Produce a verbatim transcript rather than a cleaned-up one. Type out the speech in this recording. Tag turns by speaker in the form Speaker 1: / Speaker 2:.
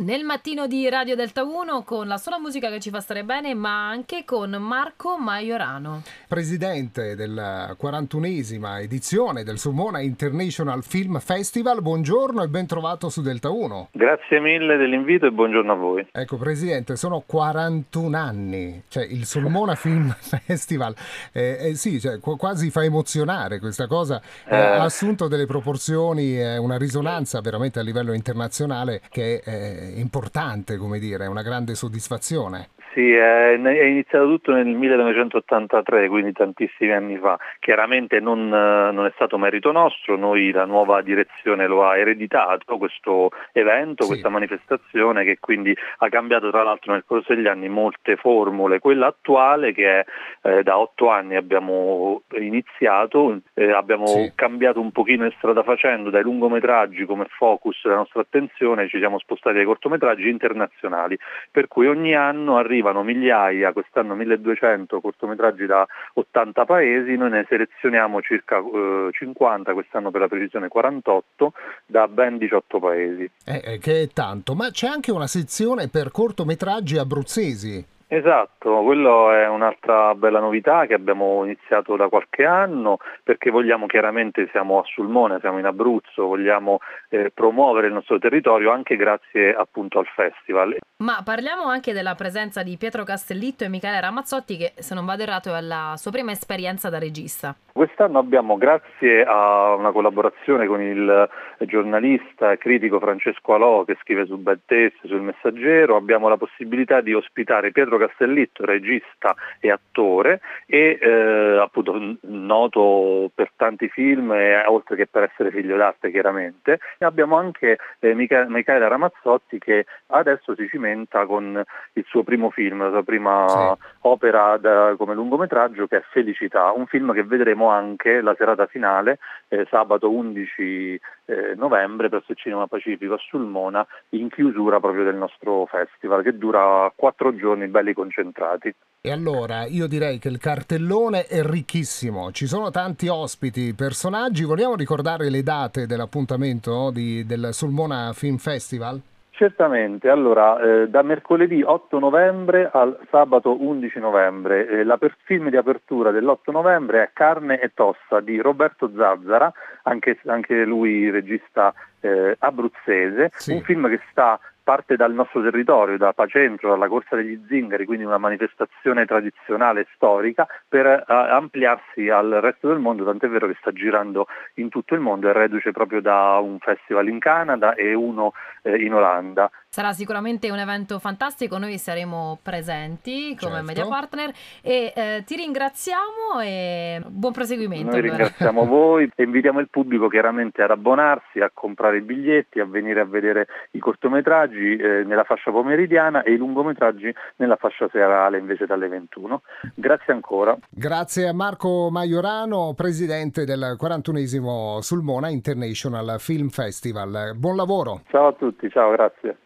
Speaker 1: Nel mattino di Radio Delta uno con la sola musica che ci fa stare bene, ma anche con Marco Maiorano,
Speaker 2: presidente della quarantunesima edizione del Sulmona International Film Festival. Buongiorno e ben trovato su Delta uno.
Speaker 3: Grazie mille dell'invito e buongiorno a voi.
Speaker 2: Ecco, presidente, sono quarantuno anni, cioè il Sulmona Film Festival, eh, eh, sì, cioè, qu- quasi fa emozionare questa cosa, eh,
Speaker 3: Eh,
Speaker 2: ha assunto delle proporzioni, eh, una risonanza veramente a livello internazionale che è eh, importante, come dire, è una grande soddisfazione.
Speaker 3: Sì, è, è iniziato tutto nel millenovecentottantatré, quindi tantissimi anni fa. Chiaramente non, eh, non è stato merito nostro, noi la nuova direzione lo ha ereditato questo evento,
Speaker 2: Sì.
Speaker 3: questa manifestazione che quindi ha cambiato tra l'altro nel corso degli anni molte formule. Quella attuale che è eh, da otto anni abbiamo iniziato, eh, abbiamo
Speaker 2: Sì.
Speaker 3: cambiato un pochino in strada facendo, dai lungometraggi come focus della nostra attenzione ci siamo spostati ai cortometraggi internazionali, per cui ogni anno arrivano migliaia, quest'anno milleduecento cortometraggi da ottanta paesi, noi ne selezioniamo circa eh, cinquanta, quest'anno per la precisione quarantotto, da ben diciotto paesi.
Speaker 2: Eh, eh, che è tanto, ma c'è anche una sezione per cortometraggi abruzzesi.
Speaker 3: Esatto, quello è un'altra bella novità che abbiamo iniziato da qualche anno, perché vogliamo, chiaramente siamo a Sulmona, siamo in Abruzzo, vogliamo eh, promuovere il nostro territorio anche grazie appunto al festival.
Speaker 1: ma parliamo anche della presenza di Pietro Castellitto e Michele Ramazzotti, che se non vado errato è la sua prima esperienza da regista.
Speaker 3: Quest'anno abbiamo, grazie a una collaborazione con il giornalista e critico Francesco Alò, che scrive su Bad Taste, sul Messaggero, abbiamo la possibilità di ospitare Pietro Castellitto, regista e attore, e eh, appunto noto per tanti film, e, oltre che per essere figlio d'arte chiaramente. E abbiamo anche eh, Michele, Michele Ramazzotti, che adesso si cimenta con il suo primo film, la sua prima
Speaker 2: Sì.
Speaker 3: opera da, come lungometraggio, che è Felicità, un film che vedremo anche la serata finale eh, sabato undici eh, novembre presso il Cinema Pacifico a Sulmona, in chiusura proprio del nostro festival, che dura quattro giorni belli concentrati.
Speaker 2: E allora io direi che il cartellone è ricchissimo, ci sono tanti ospiti, personaggi. Vogliamo ricordare le date dell'appuntamento di, del Sulmona Film Festival?
Speaker 3: Certamente, allora eh, da mercoledì otto novembre al sabato undici novembre, eh, la per- film di apertura dell'otto novembre è Carne e Tossa di Roberto Zazzara, anche, anche lui regista eh, abruzzese,
Speaker 2: Sì.
Speaker 3: un film che sta parte dal nostro territorio, da Pacentro, dalla Corsa degli Zingari, quindi una manifestazione tradizionale storica, per eh, ampliarsi al resto del mondo, tant'è vero che sta girando in tutto il mondo, è reduce proprio da un festival in Canada e uno eh, in Olanda.
Speaker 1: Sarà sicuramente un evento fantastico, noi saremo presenti come
Speaker 2: Certo.
Speaker 1: media partner e eh, ti ringraziamo e buon proseguimento.
Speaker 3: Noi
Speaker 1: allora.
Speaker 3: ringraziamo voi e invitiamo il pubblico chiaramente ad abbonarsi, a comprare i biglietti, a venire a vedere i cortometraggi eh, nella fascia pomeridiana e i lungometraggi nella fascia serale invece dalle ventuno. Grazie ancora.
Speaker 2: Grazie a Marco Maiorano, presidente del quarantunesimo Sulmona International Film Festival. Buon lavoro.
Speaker 3: Ciao a tutti, ciao, grazie.